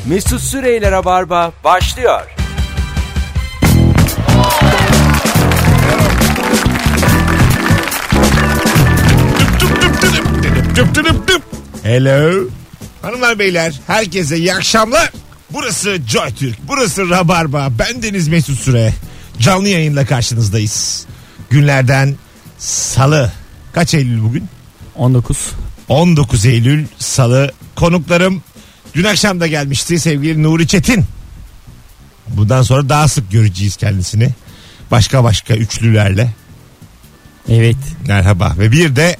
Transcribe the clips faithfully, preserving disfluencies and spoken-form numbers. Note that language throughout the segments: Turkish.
Mesut Süreyler'e Barba başlıyor. Hello. Hanımlar beyler, herkese iyi akşamlar. Burası Joy Türk, burası Rabarba. Bendeniz Mesut Süre. Canlı yayınla karşınızdayız. Günlerden Salı. Kaç Eylül bugün? on dokuz. on dokuz Eylül Salı. Konuklarım dün akşam da gelmişti, sevgili Nuri Çetin. Bundan sonra daha sık göreceğiz kendisini. Başka başka üçlülerle. Evet. Merhaba. Ve bir de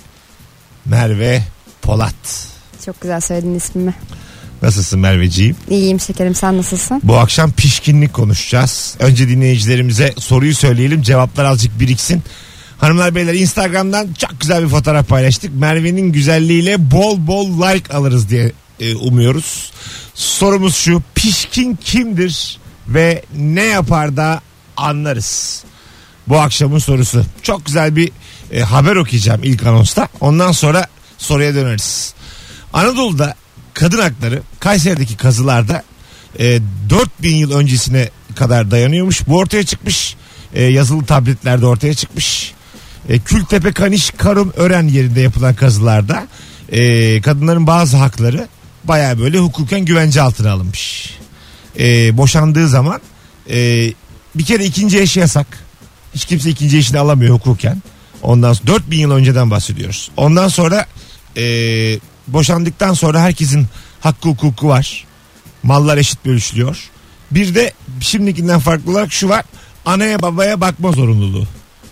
Merve Polat. Çok güzel söyledin ismimi. Nasılsın Merveciğim? İyiyim şekerim, sen nasılsın? Bu akşam pişkinlik konuşacağız. Önce dinleyicilerimize soruyu söyleyelim, cevaplar azıcık biriksin. Hanımlar beyler, Instagram'dan çok güzel bir fotoğraf paylaştık. Merve'nin güzelliğiyle bol bol like alırız diye e, umuyoruz. Sorumuz şu: pişkin kimdir ve ne yapar da anlarız? Bu akşamın sorusu. Çok güzel bir e, haber okuyacağım ilk anonsta. Ondan sonra soruya döneriz. Anadolu'da kadın hakları Kayseri'deki kazılarda e, dört bin yıl öncesine kadar dayanıyormuş. Bu ortaya çıkmış. E, yazılı tabletlerde ortaya çıkmış. E, Kültepe, Kaniş, Karum, Ören yerinde yapılan kazılarda e, kadınların bazı hakları baya böyle hukuken güvence altına alınmış. E, boşandığı zaman e, bir kere ikinci eşi yasak. Hiç kimse ikinci eşini alamıyor hukuken. Ondan sonra dört bin yıl önceden bahsediyoruz. Ondan sonra e, boşandıktan sonra herkesin hakkı hukuku var. Mallar eşit bölüşülüyor. Bir de şimdikinden farklı olarak şu var: anaya babaya bakma zorunluluğu.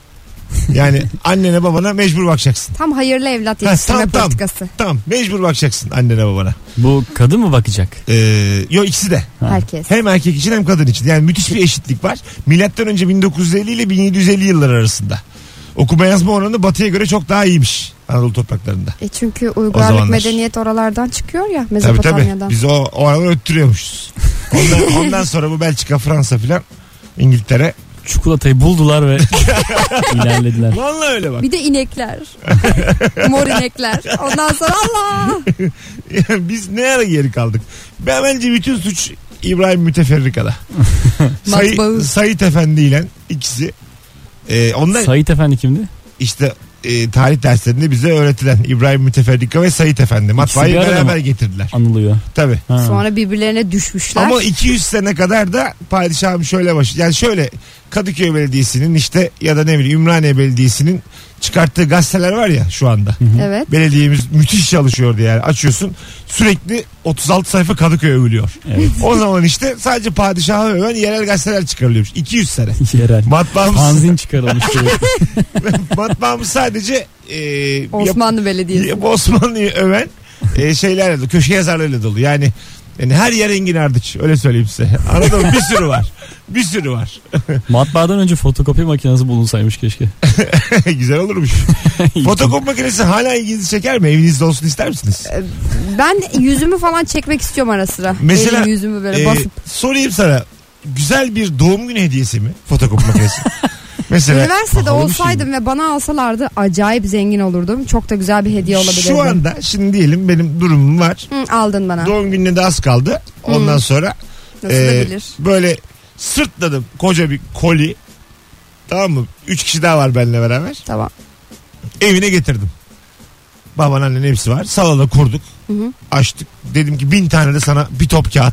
Yani annene babana mecbur bakacaksın. Tam hayırlı evlat yetiştirme ha, tam, politikası. Tamam, tamam mecbur bakacaksın annene babana. Bu kadın mı bakacak? Ee, yok, ikisi de. Ha. Herkes. Hem erkek için hem kadın için. Yani müthiş bir eşitlik var. Milattan önce bin dokuz yüz elli ile bin yedi yüz elli yıllar arasında. Okuma yazma oranı batıya göre çok daha iyiymiş Anadolu topraklarında. E çünkü uygarlık medeniyet oralardan çıkıyor ya, Mezopotamya'dan. Tabii tabii. Biz o, o aralar öttürüyormuşuz. Ondan, ondan sonra bu Belçika, Fransa filan, İngiltere. Çikolatayı buldular ve ilerlediler. Vallahi öyle bak. Bir de inekler. Mor inekler. Ondan sonra Allah. Biz ne ara geri kaldık? Ben bence bütün suç İbrahim Müteferrika'da. Sayı, Sayit Efendi ile ikisi. Ee, ondan Sayit Efendi kimdi? İşte e, tarih derslerinde bize öğretilen İbrahim Müteferrika ve Sayit Efendi. Matbaayı beraber getirdiler. Anılıyor. Tabii. Ha. Sonra birbirlerine düşmüşler. Ama iki yüz sene kadar da padişahım şöyle baş. Yani şöyle, Kadıköy Belediyesi'nin işte ya da ne bileyim Ümraniye Belediyesi'nin çıkarttığı gazeteler var ya şu anda. Hı hı. Evet. Belediyemiz müthiş çalışıyordu yani. Açıyorsun, sürekli otuz altı sayfa Kadıköy övülüyor. Evet. O zaman işte sadece padişahı öven yerel gazeteler çıkarılıyormuş. iki yüz sene. Yerel. Matbaamız fanzin çıkarılmış. matbaamız sadece e, Osmanlı yap, Belediyesi. Osmanlı'yı öven e, şeylerle dolu. Köşe yazarlarıyla dolu. Yani Yani her yer Engin Ardıç, öyle söyleyeyim size. Anladın mı? Bir sürü var. Bir sürü var. Matbaadan önce fotokopi makinesi bulunsaymış keşke. Güzel olurmuş. Fotokopi makinesi hala ilginizi çeker mi? Evinizde olsun ister misiniz? Ben yüzümü falan çekmek istiyorum ara sıra. Mesela elim yüzümü böyle e, basıp. sorayım sana. Güzel bir doğum günü hediyesi mi fotokopi makinesi? Mesela üniversitede olsaydım şey ve bana alsalardı acayip zengin olurdum. Çok da güzel bir hediye olabilirdi. Şu anda şimdi diyelim benim durumum var. Hı, aldın bana. Doğum gününe de az kaldı. Ondan Hı. sonra e, böyle sırtladım koca bir koli. Tamam mı? Üç kişi daha var benimle beraber. Tamam. Evine getirdim. Baban, annen hepsi var. Salona kurduk. Hı hı. Açtık. Dedim ki bin tane de sana bir top kağıt.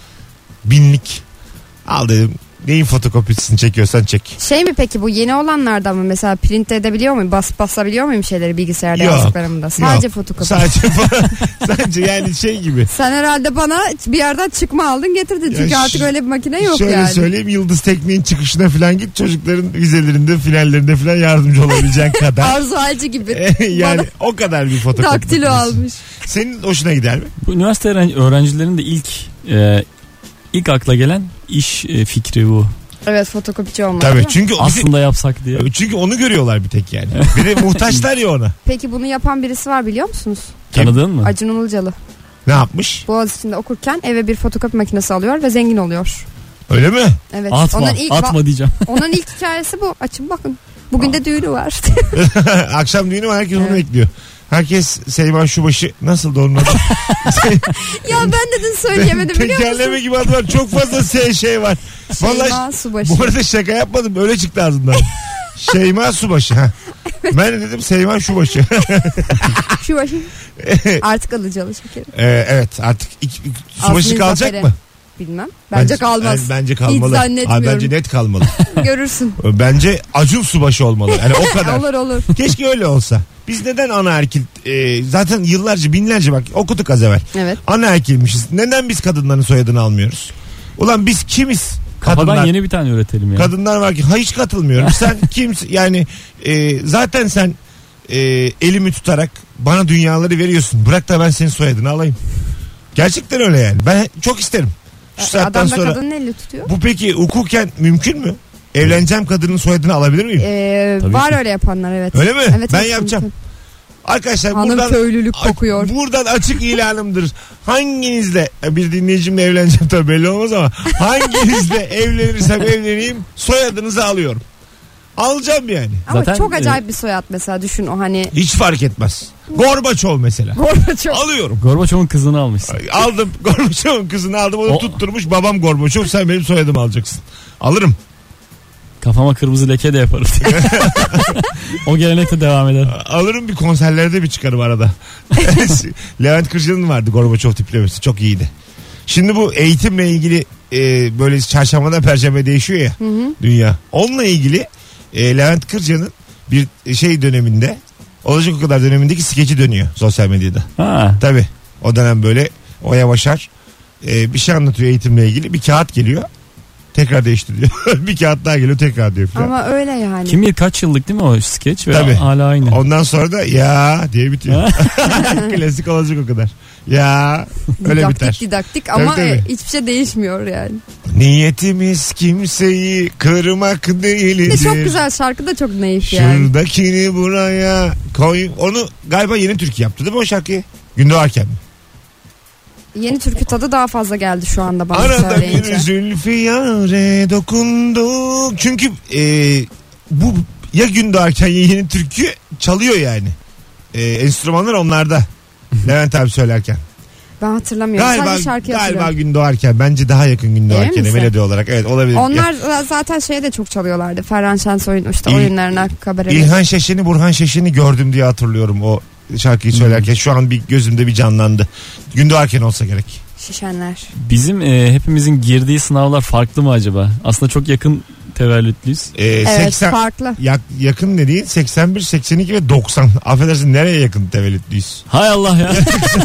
Binlik. Al dedim. Neyin fotokopisini çekiyorsan çek. Şey mi peki bu yeni olanlardan mı? Mesela print edebiliyor muyum? Bas, basabiliyor muyum şeyleri bilgisayarda yazdıklarımda? Sadece yok. Fotokopi. Sadece, sadece yani şey gibi. Sen herhalde bana bir yerden çıkma aldın getirdin. Çünkü ya artık öyle bir makine yok şöyle yani. Şöyle söyleyeyim, Yıldız Tekniğin çıkışına falan git. Çocukların vizelerinde, finallerinde falan yardımcı olabileceğin kadar. Arzu Halci gibi. Yani bana o kadar bir fotokopi. Daktilo almış. Senin hoşuna gider mi? Bu üniversite öğrencilerinin de ilk e, ilk akla gelen iş e, fikri bu. Evet, fotokopici olmak. Tabii çünkü aslında yapsak diye. Çünkü onu görüyorlar bir tek yani. Bir de muhtaçlar ya ona. Peki bunu yapan birisi var biliyor musunuz? Tanıdığın mı? Acun Ilıcalı. Ne yapmış? Boğaziçi'nde okurken eve bir fotokopi makinesi alıyor ve zengin oluyor. Öyle mi? Evet. Atma, onun ilk, atma diyeceğim. Onun ilk hikayesi bu. Açın bakın. Bugün de düğünü var. Akşam düğünü var, herkes evet. onu bekliyor. Herkes Seyman Şubaşı nasıl doğru adı? Ya ben de dün söyleyemedim biliyor musun? Tekerleme gibi adı var. Çok fazla S şey var. Vallahi Şeyma Subaşı. bu arada şaka yapmadım. Öyle çıktı ağzından. Şeyma Subaşı. Ha. Ben de dedim Seyman Şubaşı. Şubaşı. Artık alıcalı şekerim. Ee, evet artık iki, Subaşı Aslında kalacak zaferi. mı? Bilmem. Bence kalmaz. Ben- Bence kalmalı. Hiç zannetmiyorum. Abi, bence net kalmalı. Görürsün. Bence Acun Subaşı olmalı. Yani o kadar. Olur olur. Keşke öyle olsa. Biz neden anaerkil e, zaten yıllarca binlerce bak okuduk az evvel. Evet. Anaerkilmişiz. Neden biz kadınların soyadını almıyoruz? Ulan biz kimiz? Kafadan Kadınlar, yeni bir tane üretelim ya. kadınlar var ki ha hiç katılmıyorum. Sen kimsin? Yani e, zaten sen e, elimi tutarak bana dünyaları veriyorsun. Bırak da ben senin soyadını alayım. Gerçekten öyle yani. Ben çok isterim. Şu saatten Adam da sonra. kadının eli tutuyor. Bu peki hukuken mümkün mü? Evleneceğim kadının soyadını alabilir miyim? Ee, Tabii var ki. öyle yapanlar evet. Öyle mi? Evet, Ben evet, yapacağım. mümkün. Arkadaşlar Hanım buradan köylülük kokuyor. buradan açık ilanımdır. Hanginizle bir dinleyicimle evleneceğim tabii belli olmaz ama hanginizle evlenirsem evleneyim soyadınızı alıyorum. Alacağım yani. Ama Zaten, çok acayip bir soyad mesela düşün o hani. Hiç fark etmez. Gorbaçov mesela. Gorbaçov. Alıyorum. Gorbaçov'un kızını almışsın. Aldım. Gorbaçov'un kızını aldım. Onu O- tutturmuş. Babam Gorbaçov. Sen benim soyadımı alacaksın. Alırım. Kafama kırmızı leke de yaparım. O gelenekte devam eder. Alırım bir konserlerde bir çıkarım arada. Levent Kırca'nın vardı Gorbaçov tiplemesi. Çok iyiydi. Şimdi bu eğitimle ilgili e, böyle çarşambadan perşembe değişiyor ya Hı hı. dünya. Onunla ilgili e, Levent Kırca'nın bir şey döneminde olacak o kadar dönemindeki skeci dönüyor sosyal medyada. Ha. Tabii o dönem böyle Oya Başar e, bir şey anlatıyor eğitimle ilgili. Bir kağıt geliyor. Tekrar değiştiriyor. Bir kağıt daha geliyor tekrar diyor falan. Ama öyle yani. Kim bilir kaç yıllık değil mi o skeç ve Tabii. hala aynı. Ondan sonra da ya diye bitiyor. Klasik olacak o kadar. Ya öyle didaktik biter. didaktik Tabii, ama tabii. e, hiçbir şey değişmiyor yani. Niyetimiz kimseyi kırmak Bir de değildir. çok güzel şarkı da çok naif yani. Şuradakini buraya koy. Onu galiba Yeni Türkü yaptı değil mi o şarkıyı? Gündoğarken mi? Yeni türkü tadı daha fazla geldi şu anda bana Arada bir söyleyince. zülfiyare dokunduk. Çünkü e, bu ya Gündoğarken ya Yeni Türkü çalıyor yani. E, enstrümanlar onlarda. Levent abi söylerken. Ben hatırlamıyorum. Galiba, Sadece şarkı galiba hatırlıyorum. Gündoğarken. Bence daha yakın Gündoğarken'e misin? melodi olarak. Evet olabilir. Onlar zaten şeye de çok çalıyorlardı. Ferhan Şensoy'un işte İl- oyunlarına, kabarelerine. İlhan Şeşen'i, Burhan Şeşen'i gördüm diye hatırlıyorum o şarkıyı söylerken. Şu an bir gözümde bir canlandı. Gündoğarken olsa gerek. Şişenler. Bizim e, hepimizin girdiği sınavlar farklı mı acaba? Aslında çok yakın tevellütlüyüz. Ee, Evet seksen farklı. yak- yakın dediğin seksen bir, seksen iki ve doksan. Affedersin nereye yakın tevellütlüyüz? Hay Allah ya.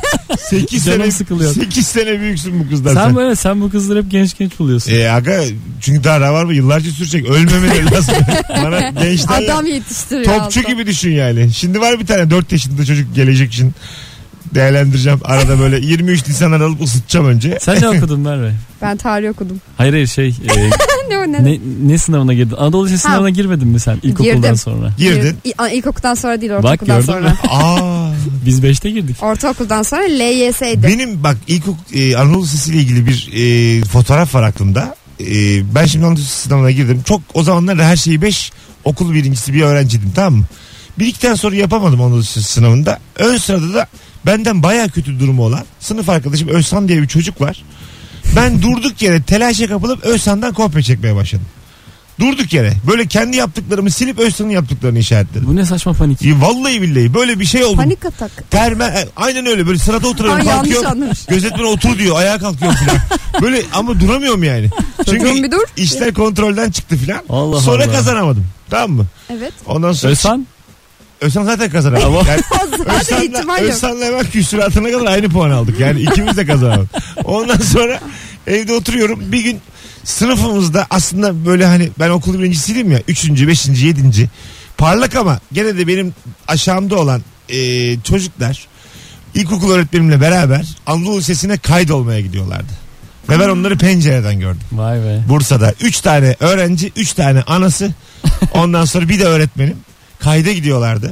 sekiz Canım sene sıkılıyor. sekiz sene büyüksün bu kızdan sen. sen böyle sen bu kızları hep genç genç buluyorsun. Ee, aga çünkü daha var mı? Yıllarca sürecek. Ölmemeleri lazım. Bana gençler Adam yetiştiriyor. topçu altta. gibi düşün yani. Şimdi var bir tane dört yaşında çocuk gelecek için değerlendireceğim. Arada böyle yirmi üç Nisan'dan alıp ısıtacağım önce. Sen ne okudun Merve? Ben tarih okudum. Hayır hayır şey e, ne o ne? ne, ne sınavına girdin? Anadolu Lisesi Ha. sınavına girmedin mi sen ilkokuldan Girdim. sonra? Girdin. İ- İlkokuldan sonra değil Bak, ortaokuldan gördün sonra. mü? Aa, Biz beşte girdik. Ortaokuldan sonra L Y S'ydi. benim bak ilk e, Anadolu Lisesi ile ilgili bir e, fotoğraf var aklımda. E, ben şimdi Anadolu Lisesi sınavına girdim. Çok o zamanlar her şeyi beş okul birincisi bir öğrenciydim, tamam mı? Bir iki tane soru yapamadım Anadolu Lisesi sınavında. Ön sırada da benden baya kötü durumu olan sınıf arkadaşım Özhan diye bir çocuk var. Ben durduk yere telaşa kapılıp Özhan'dan kopya çekmeye başladım. Durduk yere. Böyle kendi yaptıklarımı silip Özhan'ın yaptıklarını işaretledim. Bu ne saçma panik. E, vallahi billahi böyle bir şey oldu. Panik atak. Terme, e, aynen öyle böyle sırada oturuyorum Ay, yanlış kalkıyorum. anlamış. Gözetmen otur diyor, ayağa kalkıyorum falan. Böyle ama duramıyorum yani. Çocuğum bir Çünkü dur. işler kontrolden çıktı falan. Allah Sonra Allah. kazanamadım. Tamam mı? Evet. Ondan sonra Özhan? Özhan zaten kazanamadı. Yani Zaten Özhan'la, ihtimal yok. Özhan'la hemen küsuratına kadar aynı puan aldık. Yani ikimiz de kazanamadık. Ondan sonra evde oturuyorum. Bir gün sınıfımızda aslında böyle hani ben okul birincisiydim ya. Üçüncü, beşinci, yedinci. Parlak ama gene de benim aşağımda olan e, çocuklar ilkokul öğretmenimle beraber Anadolu Lisesi'ne kaydolmaya gidiyorlardı. Ve ben onları pencereden gördüm. Vay be. Bursa'da. Üç tane öğrenci, üç tane anası. Ondan sonra bir de öğretmenim. Kayda gidiyorlardı.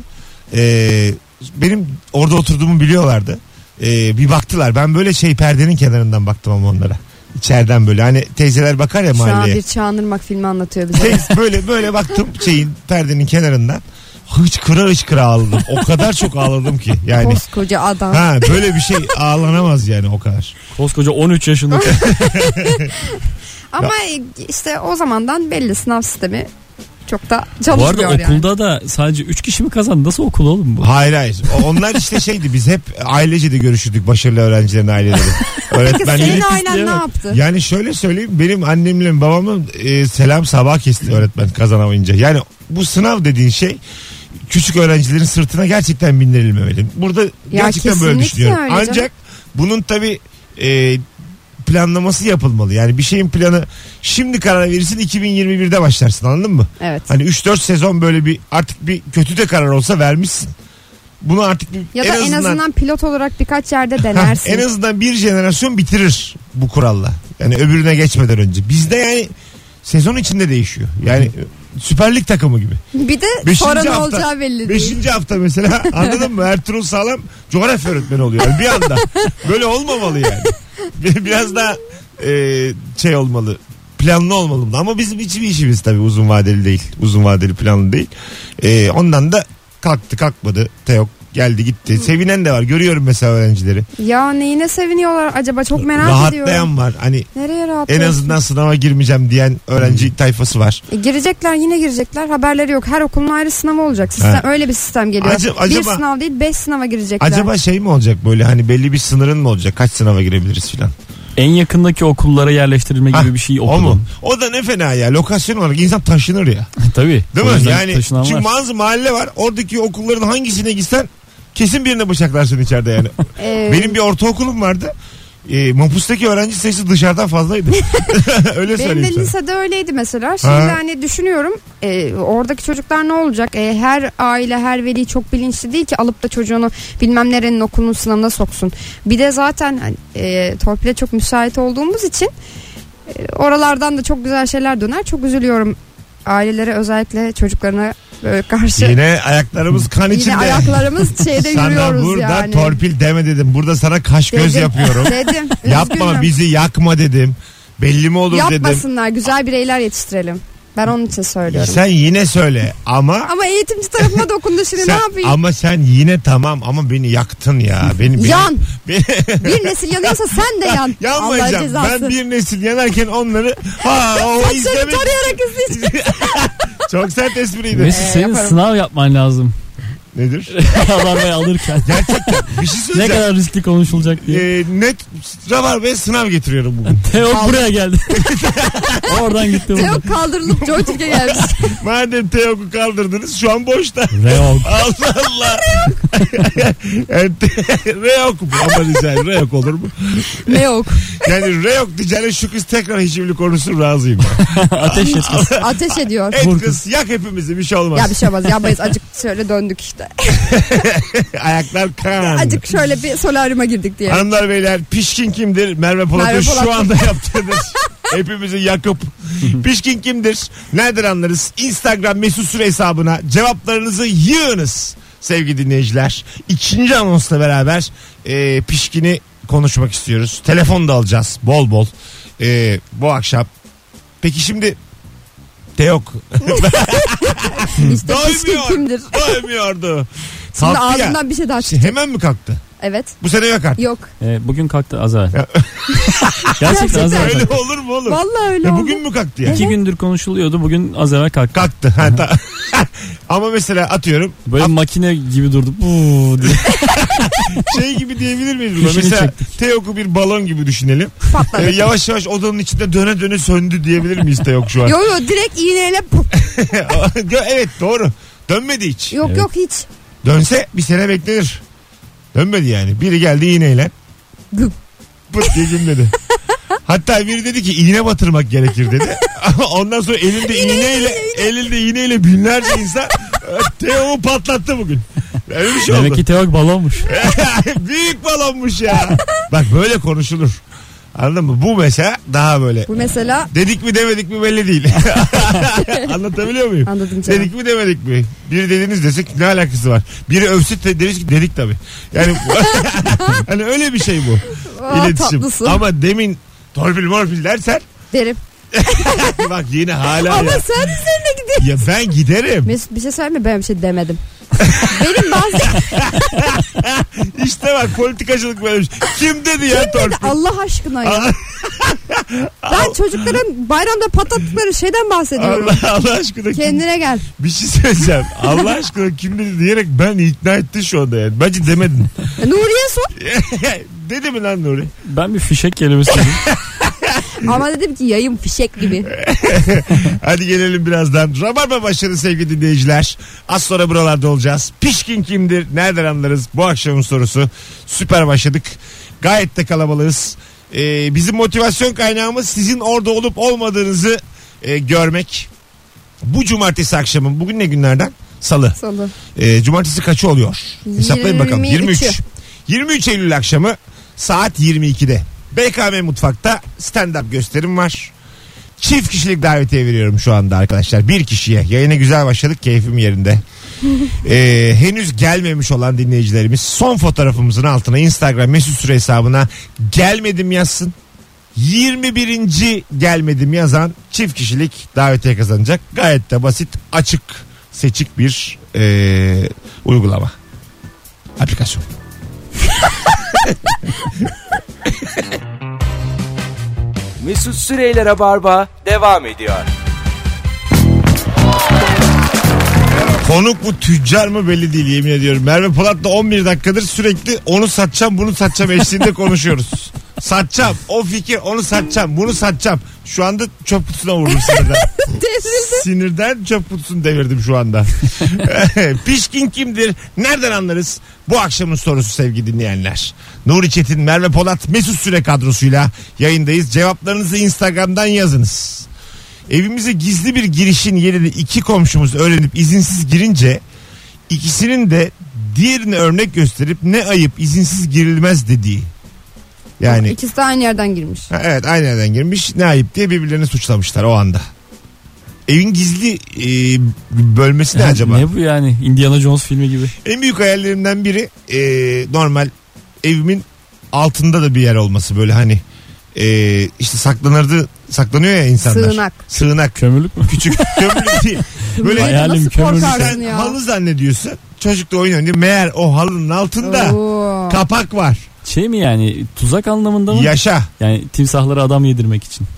Ee, benim orada oturduğumu biliyorlardı. Ee, bir baktılar. Ben böyle şey perdenin kenarından baktım ama onlara. İçeriden böyle. Hani teyzeler bakar ya Şu an mahalleye. bir Çağınırmak filmi anlatıyor bize. Teyze, böyle böyle baktım şeyin perdenin kenarından. hıçkıra hıçkıra ağladım. O kadar çok ağladım ki. Yani Koskoca adam. ha böyle bir şey ağlanamaz yani o kadar. Koskoca on üç yaşında. Ama işte o zamandan belli sınav sistemi çok da Bu çalışmıyor arada yani. okulda da sadece üç kişi mi kazandı? Nasıl okul oğlum bu? Hayır hayır. Onlar işte şeydi, biz hep ailece de görüşürdük, başarılı öğrencilerin aileleri. Peki Öğretmenleri. senin ailen ne yaptı? Yani şöyle söyleyeyim, benim annemle babamın e, selam sabah kesti öğretmen kazanamayınca. Yani bu sınav dediğin şey küçük öğrencilerin sırtına gerçekten bindirilmemeli. Burada gerçekten böyle düşünüyorum. öyle canım. Ancak bunun tabii e, planlaması yapılmalı. Yani bir şeyin planı, şimdi karar verirsin iki bin yirmi birde başlarsın, anladın mı? Evet. Hani üç dört sezon böyle bir, artık bir kötü de karar olsa vermişsin. Bunu artık bir, Ya da en azından, en azından pilot olarak birkaç yerde denersin. en azından bir jenerasyon bitirir bu kuralla. Yani öbürüne geçmeden önce. Bizde yani sezon içinde değişiyor. Yani Süper Lig takımı gibi. Bir de Beşinci sonra ne hafta, olacağı belli değil. Beşinci hafta mesela, anladın mı? Ertuğrul Sağlam coğrafya öğretmeni oluyor. Yani bir anda. Böyle olmamalı yani. Biraz daha e, şey olmalı. Planlı olmalı. Ama bizim hiçbir işimiz tabii uzun vadeli değil. Uzun vadeli planlı değil. E, ondan da kalktı kalkmadı. Teok geldi gitti. Sevinen de var. Görüyorum mesela öğrencileri. Ya neyine seviniyorlar acaba, çok merak Rahatlayan ediyorum. var. Hani nereye en rahatlıyorsun? azından sınava girmeyeceğim diyen öğrenci tayfası var. E, girecekler, yine girecekler. Haberleri yok. Her okulun ayrı sınavı olacak. Sistem, Ha. öyle bir sistem geliyor. Acaba- acaba- bir sınav değil, beş sınava girecekler. Acaba şey mi olacak böyle, hani belli bir sınırın mı olacak? Kaç sınava girebiliriz filan? En yakındaki okullara yerleştirilme gibi Hah, bir şey O mu? okudum. O da ne fena ya. Lokasyon olarak insan taşınır ya. Tabii. Değil O mi? yüzden Yani taşınan çünkü var. bazı mahalle var. Oradaki okulların hangisine gitsen kesin birine bıçaklarsın içeride yani. Ee, Benim bir ortaokulum vardı. E, Mapus'taki öğrenci sayısı dışarıdan fazlaydı. Öyle Benim söyleyeyim de sana. lisede öyleydi mesela. Şimdi Ha. hani düşünüyorum, e, oradaki çocuklar ne olacak? E, her aile, her veli çok bilinçli değil ki alıp da çocuğunu bilmem nerenin okulunun sınavına soksun. Bir de zaten hani, e, torpile çok müsait olduğumuz için e, oralardan da çok güzel şeyler döner. Çok üzülüyorum ailelere, özellikle çocuklarına böyle karşı. Yine, Yine ayaklarımız kan içinde. ayaklarımız şeyde Sana yürüyoruz burada yani. torpil deme dedim. Burada sana kaş göz Dedim. yapıyorum. Dedim. Yapma, üzgünüm. bizi yakma dedim. Belli mi olur dedim. Yapmasınlar, güzel bireyler yetiştirelim. Ben onun için söylüyorum. Sen yine söyle ama Ama eğitimci tarafıma dokundu şimdi, sen, ne yapayım? ama sen yine tamam ama beni yaktın ya. Beni, beni, Yan. beni, Bir nesil yanıyorsa sen de yan. Allah'ın yanmayacağım. cezası. Ben bir nesil yanarken onları ha o Saçlarını izlemek. tarayarak izleyeceğim. Çok sert espriydi. Mesut senin yaparım. sınav yapman lazım. Nedir? Rabarbayı alırken. Gerçekten bir şey Ne söyleyeceğim. kadar riskli konuşulacak diye. Ee, net Rabarba'ya sınav getiriyorum bugün. Teo buraya geldi. Oradan gitti burada. Yok, kaldırılıp Joy Türkiye gelmiş. Madem Teok'u kaldırdınız şu an boşta. Reok. Allah Allah. Yani te- Reok mu? Ama güzel Reok olur mu? Ne yok. Yani Reok diyeceğine şu kız tekrar hicivli konuşsun, razıyım. Ateş et kız. Ateş ediyor. Et Vur kız, yak hepimizi, bir şey olmaz. Ya bir şey olmaz. Yapmayız. Acık şöyle döndük işte. Ayaklar kan. Acık şöyle bir solaryuma girdik diye. Hanımlar beyler, pişkin kimdir? Merve Polat'ın Merve Polat. şu anda yaptığıdır. Hepimizi yakıp. Pişkin kimdir? Nereden anlarız? Instagram mesut süre hesabına cevaplarınızı yığınız sevgili dinleyiciler. İkinci anonsla beraber e, pişkini konuşmak istiyoruz. Telefon da alacağız bol bol e, bu akşam. Peki şimdi Teok İşte pişkin doymuyor. kimdir? Doymuyordu. Şimdi Kalktı ya. ağzından bir şey daha Şey, çıktı. hemen mi kalktı? Evet. Bu sene yok artık. Yok. Ee, bugün kalktı az evvel. Gerçekten az evvel Öyle kalktı. olur mu oğlum? Vallahi öyle Ya oldu. bugün mü kalktı ya? İki gündür konuşuluyordu. Bugün az evvel kalktı. Kalktı. Ha, ta- Ama mesela atıyorum Böyle makine gibi durdu. Buu diye. şey gibi diyebilir miyiz buna? Fişini Mesela çektik. Teok'u bir balon gibi düşünelim. Patladı. Ee, yavaş yavaş odanın içinde döne döne söndü diyebilir miyiz Teok şu an? Yo yo, direkt iğneyle puf. Evet doğru. Dönmedi hiç. Yok Evet. yok hiç. Dönse bir sene beklenir. Dönmedi yani. Biri geldi iğneyle. Gıp. Pıt diye gümledi. Hatta biri dedi ki iğne batırmak gerekir dedi. Ama ondan sonra elinde iğneyle elinde iğneyle binlerce insan Teok'u patlattı bugün. Öyle bir şey Demek oldu. ki Teok balonmuş. Büyük balonmuş ya. Bak böyle konuşulur. Anladın mı? Bu mesela daha böyle. Bu mesela Dedik mi demedik mi belli değil. Anlatabiliyor muyum? anladım canım. Dedik mi demedik mi? Biri dediniz desek ne alakası var? Biri övsün de deriz ki dedik tabii. Yani hani öyle bir şey bu. Aa, İletişim. tatlısı. Ama demin torpil morpil dersen Derim. bak yine hala Ama ya. sen üzerine Ya ben giderim. Mesut bir şey söyleyeyim mi? Ben bir şey demedim. Benim bazı... İşte bak politikacılık böyle bir şey. Kim dedi ya Kim torpil? dedi Allah aşkına ya? Ben çocukların bayramda patlattıkları şeyden bahsediyorum. Allah, Allah aşkına. Kim? Kendine gel. Bir şey söyleyeceğim. Allah aşkına kim dedi diyerek ben ikna ettin şu anda yani. Bence demedin. Nuriye sor. Dedi mi lan Nuri? Ben bir fişek kelimesi dedim. Ama dedim ki yayın fişek gibi. Hadi gelelim birazdan. Rabarba başladı sevgili dinleyiciler. Az sonra buralarda olacağız. Pişkin kimdir? Nereden anlarız? Bu akşamın sorusu. Süper başladık. Gayet de kalabalığız. Ee, bizim motivasyon kaynağımız sizin orada olup olmadığınızı e, görmek. Bu cumartesi akşamı. Bugün ne günlerden? Salı. Salı. Ee, cumartesi kaçı oluyor? Hesaplayın bakalım. yirmi üç. yirmi üçü. yirmi üç Eylül akşamı saat yirmi ikide. B K M Mutfak'ta stand-up gösterim var. Çift kişilik davetiye veriyorum şu anda arkadaşlar. Bir kişiye. Yayına güzel başladık. Keyfim yerinde. ee, henüz gelmemiş olan dinleyicilerimiz son fotoğrafımızın altına Instagram Mesut Süre hesabına gelmedim yazsın. yirmi birinci gelmedim yazan çift kişilik davetiye kazanacak. Gayet de basit, açık, seçik bir ee, uygulama. Aplikasyon. Mesut Süreyler'e barba devam ediyor. Konuk bu tüccar mı belli değil yemin ediyorum. Merve Polat'la on bir dakikadır sürekli onu satacağım bunu satacağım eşliğinde konuşuyoruz. Satacağım o fikir onu satacağım bunu satacağım. Şu anda çöp kutusuna vurdum sinirden. Sinirden çöp kutusunu devirdim şu anda. Pişkin kimdir? Nereden anlarız? Bu akşamın sorusu sevgili dinleyenler. Nuri Çetin, Merve Polat, Mesut Süre kadrosuyla yayındayız. Cevaplarınızı Instagram'dan yazınız. Evimize gizli bir girişin yerini iki komşumuz öğrenip izinsiz girince ikisinin de diğerini örnek gösterip ne ayıp izinsiz girilmez dediği. Yani İkisi de aynı yerden girmiş. ha, evet aynı yerden girmiş ne ayıp diye birbirlerini suçlamışlar o anda. Evin gizli e, bölmesi ne Yani acaba? Ne bu yani? Indiana Jones filmi gibi. En büyük hayallerimden biri e, normal evimin altında da bir yer olması böyle hani e, işte saklanırdı saklanıyor ya insanlar. Sığınak. Sığınak. Kömürlük mü? Küçük kömürlük değil. Böyle Hayalim Nasıl kömürlük. korkarsın sen ya? halı zannediyorsun. Çocuk da oyun oynuyor. Meğer o halının altında Oo. kapak var. Şey mi yani? Tuzak anlamında mı? Yaşa. Yani timsahları adam yedirmek için.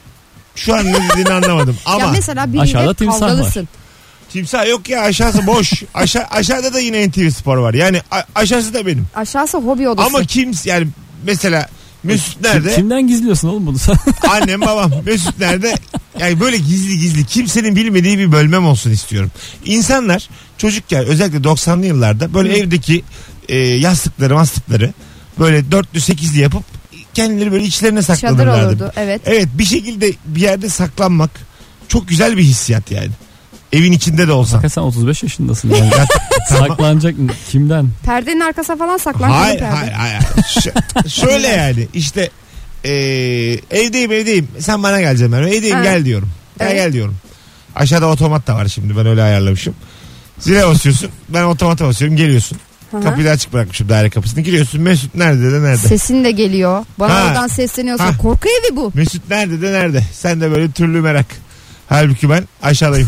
Şu an ne dediğini anlamadım. Ama Ya mesela Aşağıda biriyle timsah kavgalısın. timsah yok ya aşağısı boş. Aşağı, aşağıda da yine N T V Spor var. Yani a- aşağısı da benim. Aşağısı hobi odası. Ama kimse yani mesela Mesut nerede? Kim- Kimden gizliyorsun oğlum bunu sen? Annem babam. Mesut nerede? Yani böyle gizli gizli kimsenin bilmediği bir bölmem olsun istiyorum. İnsanlar çocukken özellikle doksanlı yıllarda böyle Hı. evdeki e, yastıkları mastıkları böyle dörtlü sekizli yapıp kendileri böyle içlerine Çadır saklanırlardı. olurdu evet. Evet bir şekilde bir yerde saklanmak çok güzel bir hissiyat yani. Evin içinde de olsan. Fakat sen otuz beş yaşındasın yani. Ya, tamam. Saklanacak kimden? Perdenin arkasına falan saklan. Hayır Perde. hayır hayır. Ş- şöyle yani işte e, evdeyim evdeyim sen bana geleceksin ben evdeyim Ha. gel diyorum. Gel Evet. gel diyorum. Aşağıda otomat da var şimdi ben öyle ayarlamışım. Zile basıyorsun ben otomata basıyorum geliyorsun. Hı hı. Kapıyı da açık bırakmışım daire kapısını giriyorsun Mesut nerede de nerede? Sesin de geliyor. Bana Ha. oradan sesleniyorsun. Ha. Korku evi bu. Mesut nerede de nerede? Sen de böyle türlü merak. Halbuki ben aşağıdayım.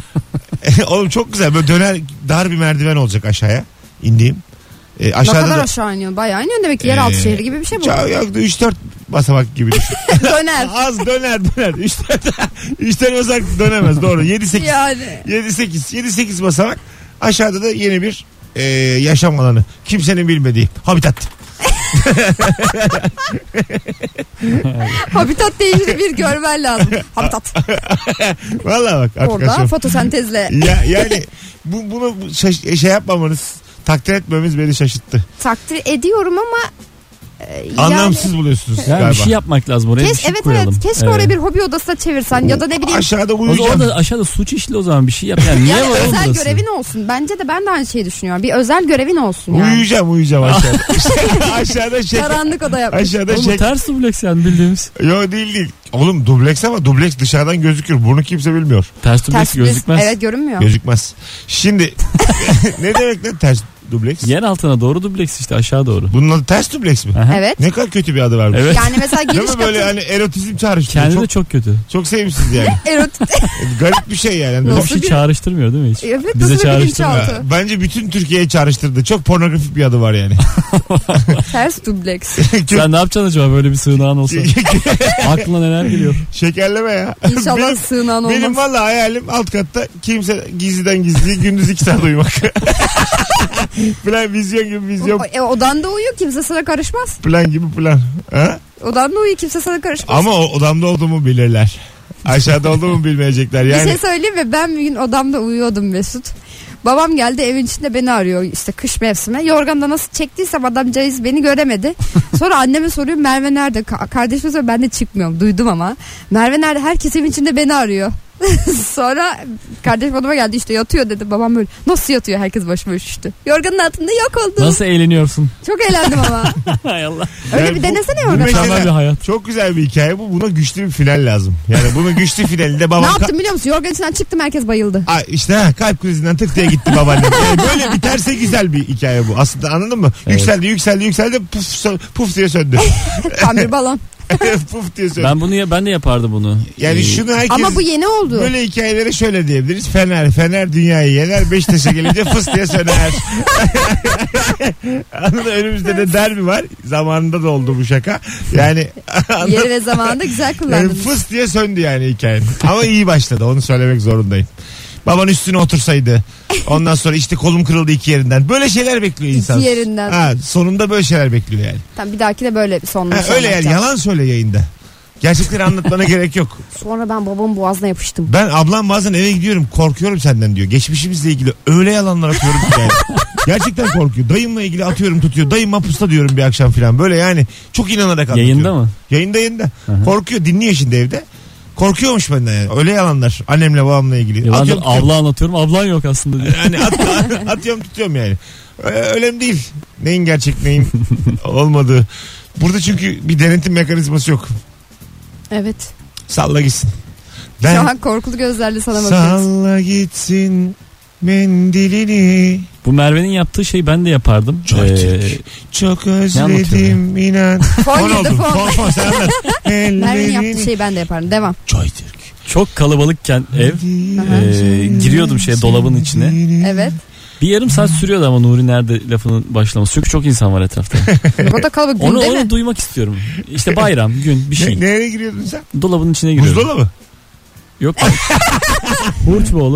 Oğlum çok güzel böyle döner dar bir merdiven olacak aşağıya indiğim. E, Ne aşağıda kadar da aşağı iniyorsun? Bayağı iniyorsun demek ki yeraltı Ee, şehri gibi bir şey bu. Çok yok üç dört basamak gibi düşün. Döner. Az döner döner. üç dört üç tane basamak dönemez doğru. yedi sekiz Yani. yedi sekiz yedi sekiz basamak. Aşağıda da yeni bir e, yaşam alanı. Kimsenin bilmediği habitat. Habitat deyince bir görmen lazım. Habitat. Vallahi bak Orada arkadaşım. fotosentezle. Ya, yani bu, bunu şaş- şey yapmamanız takdir etmemiz beni şaşırttı. Takdir ediyorum ama e, Anlamsız yani, buluyorsunuz Yani galiba. bir şey yapmak lazım oraya Kes, bir şey evet koyalım. evet keşke Evet. oraya bir hobi odasına çevirsen ya da ne bileyim. Aşağıda O zaman uyuyacağım. orada aşağıda suç işli o zaman bir şey yap. Yani niye Yani var oğlum özel burası? görevin olsun. Bence de ben de aynı şeyi düşünüyorum. Bir özel görevin olsun yani. Uyuyacağım uyuyacağım aşağıda. Aşağıda şeker. Karanlık oda yapmış. Aşağıda Oğlum bu şeker. ters dubleks yani bildiğimiz. Yok değil değil. Oğlum dubleks ama dubleks dışarıdan gözükür. Bunu kimse bilmiyor. Ters dubleks Ters düz- gözükmez. Evet görünmüyor. Gözükmez. Şimdi ne demek lan ters dubleks? Yer altına doğru dubleks işte, aşağı doğru. Bunun adı ters dubleks mi? Aha. Evet. Ne kadar kötü bir adı varmış. Evet. Yani mesela Değil giriş mi böyle katı hani erotizm çağrıştırıyor. Kendi Çok, de çok kötü. çok sevimsiz yani. erotik. Garip bir şey yani. Böyle bir Nasıl şey bir- çağrıştırmıyor değil mi hiç? Evet, Bize nasıl bir çağrıştırmıyor. bilinçaltı? Bence bütün Türkiye'ye çağrıştırdı. Çok pornografik bir adı var yani. Ters dubleks. Çok Sen ne yapacaksın acaba böyle bir sığınağın olsa? Aklına neler geliyor? şekerleme ya. İnşallah benim, sığınan olmaz. benim valla hayalim alt katta kimse gizliden gizliye gündüz iki saat uyumak. Plan vizyon gibi vizyon. O- E, odanda uyuyor, kimse sana karışmaz. Plan gibi plan. Ha? Odanda uyuyor, kimse sana karışmaz. Ama o odamda olduğumu bilirler. Aşağıda olduğumu bilmeyecekler. Bir Yani şey söyleyeyim mi? Ben bir gün odamda uyuyordum Mesut. Babam geldi, evin içinde beni arıyor, işte kış mevsimi. Yorganda nasıl çektiysem adamcağız beni göremedi. Sonra anneme soruyor, Merve nerede? Ka- kardeşime soruyor, ben de çıkmıyorum, duydum ama. Merve nerede? Herkes evin içinde beni arıyor. Sonra kardeşim odama geldi, işte yatıyor dedi. Babam böyle, nasıl yatıyor? Herkes başıma üşüştü. Yorganın altında yok oldu. Nasıl eğleniyorsun? Çok eğlendim ama. Hay Allah. Öyle Yani bir bu- denesene bu yorganı. mesela- Mükemmel bir hayat. çok güzel bir hikaye bu. Buna güçlü bir final lazım. Yani bunun güçlü finalinde babam... Ne ka- yaptım biliyor musun? Yorgan içinden çıktım, herkes bayıldı. Ay işte ha, kalp krizinden tık diye gitti babaannem. Yani böyle biterse güzel bir hikaye bu. Aslında anladın mı? Evet. Yükseldi yükseldi yükseldi puf, sö- puf diye söndü. Tam bir balon. Puf diye söndü. Ben bunu ya, ben de yapardım bunu. Yani Ee, şunu herkes... Ama bu yeni oldu. Böyle hikayelere şöyle diyebiliriz. Fener, Fener dünyayı yener. Beşiktaş'a gelince fıs diye söner. Anladın, önümüzde de derbi var. Zamanında da oldu bu şaka. Yani, Yeri ve zamanında güzel yani kullandınız. fıs diye söndü yani hikayenin. Ama iyi başladı, onu söylemek zorundayım. Baban üstüne otursaydı. Ondan sonra işte kolum kırıldı iki yerinden. Böyle şeyler bekliyor insan. İki yerinden. Ha, sonunda böyle şeyler bekliyor yani. Tamam, bir dahaki de böyle bir sonunu Ha, öyle yani, anlatacağım. yalan söyle yayında. Gerçekleri anlatmana gerek yok. Sonra ben babamın boğazına yapıştım. Ben ablam bazen eve gidiyorum, korkuyorum senden diyor. Geçmişimizle ilgili öyle yalanlar atıyorum ki yani. Gerçekten korkuyor. Dayımla ilgili atıyorum tutuyor. Dayım mapusta diyorum bir akşam falan. Böyle yani çok inanarak anlatıyor. Yayında mı? Yayında yayında. Hı-hı. Korkuyor, dinliyor şimdi evde. Korkuyormuş benden yani. Öyle yalanlar annemle babamla ilgili. Yalan Atıyorum, tutuyorum. abla anlatıyorum, ablan yok aslında diyor. Yani at, atıyorum tutuyorum yani. Ö- Önemli değil. Neyin gerçek neyin olmadığı. Burada çünkü bir denetim mekanizması yok. Evet. Salla gitsin. Şu Ben an korkulu gözlerle sana bakıyoruz. salla gitsin mendilini. Bu Merve'nin yaptığı şeyi ben de yapardım. Joy Ee, Türk. Çok anlatıyor özledim inan. Fon Fon girdi, oldum. fon. Fon fon sen anlat. Merve'nin Ellerini- yaptığı şeyi ben de yaparım. Devam. Joy Türk. çok kalabalıkken ev, e, giriyordum şeye, dolabın içine. Evet. Bir yarım saat sürüyordu ama Nuri nerede lafının başlaması. Çünkü çok insan var etrafta. O da kalabalık, Onu günde onu mi? duymak istiyorum. İşte bayram, gün bir şey. Ne, nereye giriyordun sen? Dolabın içine giriyorum. Buzdolabı. Yok. Hurç bu oğlum.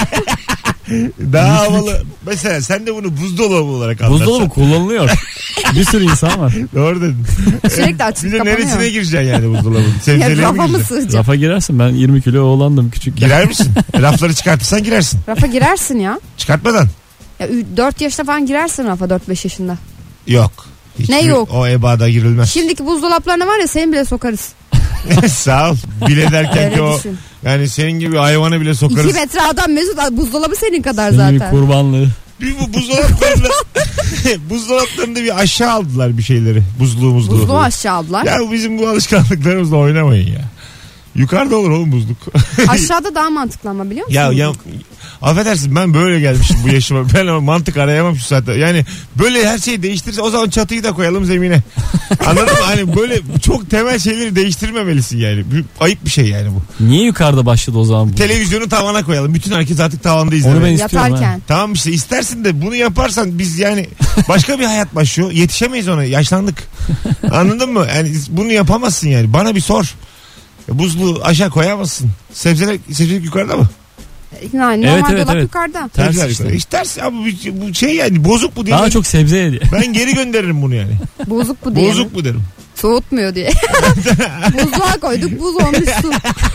Daha havalı. Mesela sen de bunu buzdolabı olarak anlatsan. Buzdolabı kullanılıyor. Bir sürü insan var. Doğru dedin. Sürekli açıp Bir de kapanıyor. neresine gireceksin yani buzdolabının? Ya Sebzeliğe mi rafa mı gireceksin? sığacak? Rafa girersin. Ben yirmi kilo oğlandım küçükken. Girer misin? Rafları çıkartırsan girersin. Rafa girersin ya. Çıkartmadan. Ya dört yaşta falan girersin rafa, dört beş yaşında. Yok. Hiçbir Ne yok? O ebada girilmez. Şimdiki buzdolaplarına var ya, seni bile sokarız. Sağ ol. Bile derken ki Öyle o düşün. yani senin gibi hayvanı bile sokarız. İki metre adam Mesut, buzdolabı senin kadar Senin bir zaten. kurbanlığı. Bir bu buzdolaplarında buzdolaplarında bir aşağı aldılar bir şeyleri. Buzluğu muzluğu. Buzluğu aşağı aldılar. Ya bizim bu alışkanlıklarımızla oynamayın ya. Yukarıda olur oğlum buzluk. Aşağıda daha mantıklı ama, biliyor musun? ya ya affedersin, ben böyle gelmişim bu yaşıma. Ben o mantık arayamam şu saatte. Yani böyle her şeyi değiştirirse o zaman çatıyı da koyalım zemine. Anladın mı? Hani böyle çok temel şeyleri değiştirmemelisin yani. Ayıp bir şey yani bu. Niye yukarıda başladı o zaman bu? Televizyonu tavana koyalım. Bütün herkes artık tavanda izlemeli. Onu ben istiyorum. Yatarken. Ha. Tamam işte, istersin de bunu yaparsan biz yani başka bir hayat başlıyor. Yetişemeyiz ona. Yaşlandık. Anladın mı? Yani bunu yapamazsın yani. Bana bir sor. Buzluğu aşağı koyamazsın. Sebzeler, sebzelik yukarıda mı? Yani normal Evet, evet, dolap evet. yukarıda. Ters Sebzeler işte. yukarıda. İşte ters ama bu, bu şey yani bozuk bu diye. Daha ben, çok sebze yedi. ben geri gönderirim bunu yani. Bozuk bu diye. Bozuk bu derim. Soğutmuyor diye. Buzluğa koyduk, buz olmuş su.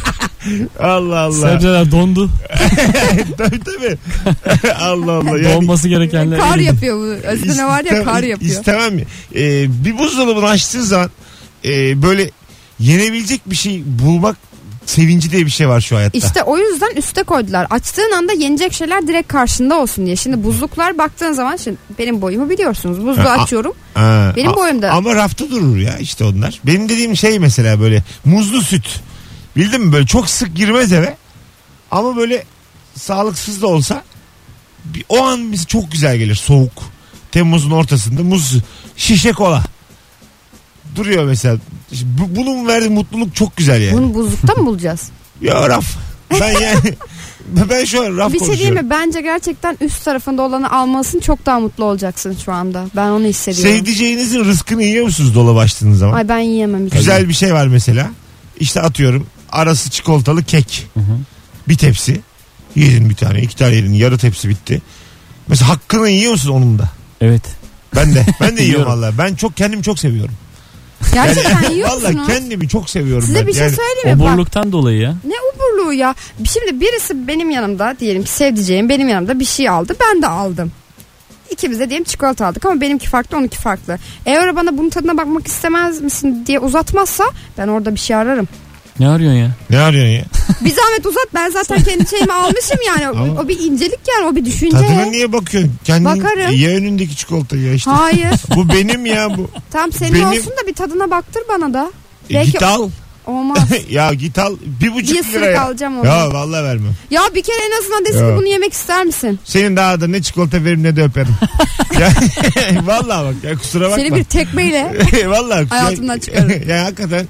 Allah Allah. Sebzeler dondu. Tabii tabii. Allah Allah. Yani Donması gerekenler. Kar eridi. yapıyor bu. Üstüne var ya, İstem- kar yapıyor. İstemem. Ee, bir buzdolabını açtığın zaman e, böyle yenebilecek bir şey bulmak sevinci diye bir şey var şu hayatta. İşte o yüzden üste koydular. Açtığın anda yenecek şeyler direkt karşında olsun diye. Şimdi buzluklar baktığın zaman, şimdi benim boyumu biliyorsunuz. Buzluğu Ha, a- açıyorum. Ha, Benim a- boyumda. Ama rafta durur ya işte onlar. Benim dediğim şey mesela böyle muzlu süt. Bildin mi, böyle çok sık girmez eve. Ama böyle sağlıksız da olsa bir, o an bize çok güzel gelir, soğuk. Temmuz'un ortasında muz şişe kola. Duruyor mesela. Bu, bunun verdiği mutluluk çok güzel yani. Bunu buzlukta mı bulacağız? Ya raf. Ben yani ben şu an raf Bir şey konuşuyorum. diyeyim mi? Bence gerçekten üst tarafında olanı almalısın. Çok daha mutlu olacaksın şu anda. Ben onu hissediyorum. Sevdiceğinizin rızkını yiyor musunuz dolaba açtığınız zaman? Ay ben yiyemem. Hiç. Güzel bir şey var mesela. İşte atıyorum arası çikolatalı kek. Hı hı. Bir tepsi. Yedin bir tane, iki tane yedin. Yarı tepsi bitti. Mesela hakkını yiyor musun onun da? Evet. Ben de. Ben de yiyorum Yiyorum. valla. Ben çok kendimi çok seviyorum. Gerçekten yiyor Valla musunuz? kendimi çok seviyorum Size ben. bir şey Yani söyleyeyim mi? Bak, Oburluktan dolayı ya. ne uburluğu ya. Şimdi birisi benim yanımda, diyelim ki sevdiceğim benim yanımda bir şey aldı. Ben de aldım. İkimiz de diyelim çikolata aldık ama benimki farklı, onunki farklı. Eğer o bana bunun tadına bakmak istemez misin diye uzatmazsa ben orada bir şey ararım. Ne arıyorsun ya? Ne arıyorsun ya? Bir zahmet uzat, ben zaten kendi şeyimi almışım yani. Ama- O, o bir incelik yani, o bir düşünce. Tadına niye bakıyorsun? Kendin Bakarım. ye önündeki çikolatayı ya işte. Hayır. Bu benim ya bu. Tamam senin Benim- olsun da bir tadına baktır bana da. E, Belki git al. olmaz. Ya git al. Bir Bir buçuk ısırık lira ya. alacağım onu. Ya vallahi vermem. Ya bir kere en azından desin Ya. ki bunu yemek ister misin? Senin daha da ne çikolata veririm ne de öperim. ya, vallahi bak ya kusura bakma. Seni bir tekmeyle vallahi. hayatımdan çıkarırım. Ya hakikaten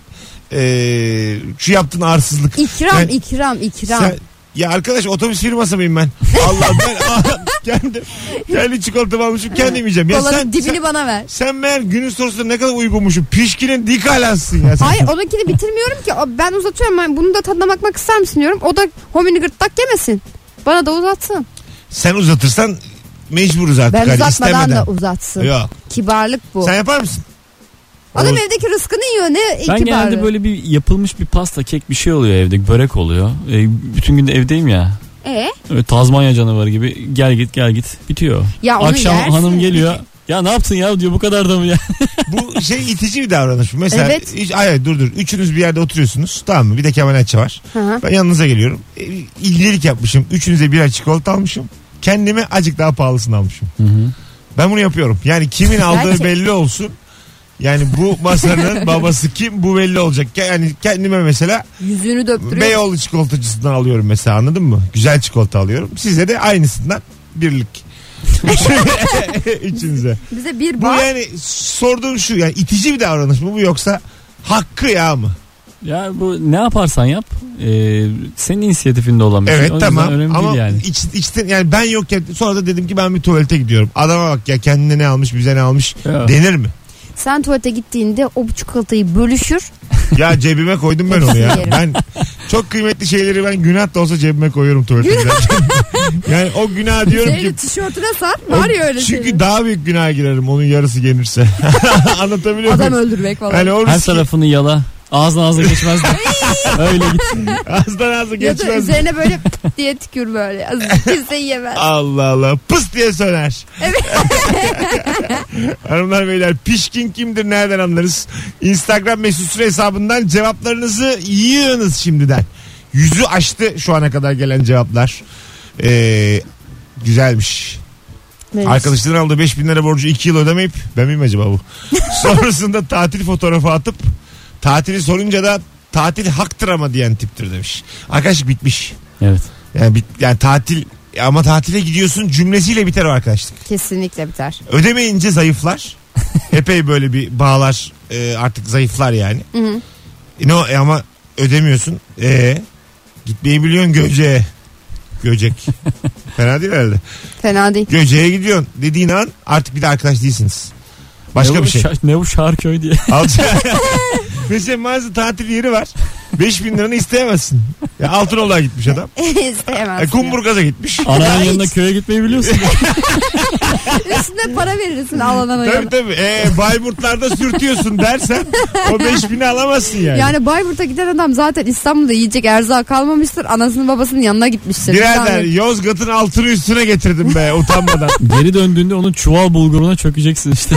eee, şu yaptığın arsızlık. ikram Ben- ikram ikram. Sen, ya arkadaş otobüs firması mıyım ben? Allah ben aa, kendim kendi çikolatamı almışım kendim yiyeceğim. Ya Kolanın sen, dibini sen, bana ver. sen meğer günün sorusuna ne kadar uygunmuşsun. Pişkinin dik alasın ya sen. Hayır onunkini bitirmiyorum ki. O- Ben uzatıyorum. Ben bunu da tadına bakmak ister misin diyorum. O da homini gırtlak yemesin. Bana da uzatsın. Sen uzatırsan mecburuz artık. Ben hani uzatmadan istemeden. da uzatsın. Yok. Kibarlık bu. Sen yapar mısın? Adam O- evdeki rızkını yiyor. Ne Ben kibarlığı. genelde böyle bir yapılmış bir pasta, kek bir şey oluyor evde. Börek oluyor. E, bütün gün de evdeyim ya. Ee? Öyle Tazmanya canavarı gibi gel git gel git bitiyor. Ya onu Akşam yersin. hanım geliyor. Ya ne yaptın ya diyor, bu kadar da mı ya? Bu şey itici bir davranış. Mesela Evet. hiç, ay, dur dur. Üçünüz bir yerde oturuyorsunuz. Tamam mı? Bir de Kemal Ayça var. Hı hı. Ben yanınıza geliyorum. E, İlgilik yapmışım. Üçünüze birer çikolata almışım. Kendime acık daha pahalısını almışım. Hı hı. Ben bunu yapıyorum. Yani kimin aldığı Gerçek. belli olsun. Yani bu masanın babası kim bu belli olacak. Yani kendime mesela Yüzünü döptürüyor. Beyoğlu çikolatacısından alıyorum mesela, anladın mı? Güzel çikolata alıyorum. Size de aynısından birlik. Üçünüze. Bize bir Bu bar. yani sorduğum şu, yani itici bir davranış mı bu yoksa hakkı ya mı? Ya bu ne yaparsan yap e, senin inisiyatifinde olan bir şey. Evet O yüzden tamam önemli ama değil yani. iç, içten yani ben yokken sonra da dedim ki ben bir tuvalete gidiyorum. Adama bak ya, kendine ne almış bize ne almış Ya. denir mi? Sen tuvalete gittiğinde o çikolatayı bölüşür. Ya cebime koydum ben onu ya. Hepsini yerim. Ben çok kıymetli şeyleri ben günah da olsa cebime koyuyorum tuvalete giderken. Yani o günah diyorum Şeyle ki tişörtüne sar. Var ya öyle çünkü şeyler. daha büyük günaha girerim onun yarısı gelirse. Anlatabiliyor Adam muyum? öldürmek falan. Yani o Her riski tarafını yala. Ağzına ağza geçmez de. Öyle git. ağızdan ağza ya da geçmez. üzerine böyle diye tükür böyle. Kimse yiyemez. Allah Allah, pıs diye söner. Evet. Hanımlar beyler, pişkin kimdir nereden anlarız? Instagram mesut süre hesabından cevaplarınızı yığınız şimdiden. Yüzü aştı şu ana kadar gelen cevaplar. Ee, güzelmiş. Evet. Arkadaşların aldığı beş bin lira borcu iki yıl ödemeyip, ben miyim acaba bu? Sonrasında tatil fotoğrafı atıp tatili sorunca da tatil haktır ama diyen tiptir demiş. Arkadaşlık bitmiş. Evet. Yani, bit, yani tatil ama tatile gidiyorsun cümlesiyle biter o arkadaşlık. Kesinlikle biter. Ödemeyince zayıflar. Epey böyle bir bağlar e, artık zayıflar yani. Hı hı. E, no, e, ama ödemiyorsun. E, gitmeyi biliyorsun Göce'ye. Göcek. Fena değil herhalde. Fena değil. Göce'ye gidiyorsun dediğin an artık bir de arkadaş değilsiniz. Başka ne bir bu şey. Şa- ne bu Şarköy diye. Alacak- Mesela mağaza tatil yeri var. beş bin liranı isteyemezsin. Ya Altınoluk'a gitmiş adam. İsteyemezsin. E, Kumburgaz'a gitmiş. Ananın yanına köye gitmeyi biliyorsun. Üstüne para verirsin alana Tabii yana. tabii. E, Bayburtlar'da sürtüyorsun dersen o beş bini alamazsın yani. Yani Bayburt'a giden adam zaten İstanbul'da yiyecek erzak kalmamıştır. Anasının babasının yanına gitmiştir. Birader Zahmet. Yozgat'ın altını üstüne getirdim be utanmadan. Geri döndüğünde onun çuval bulguruna çökeceksin işte.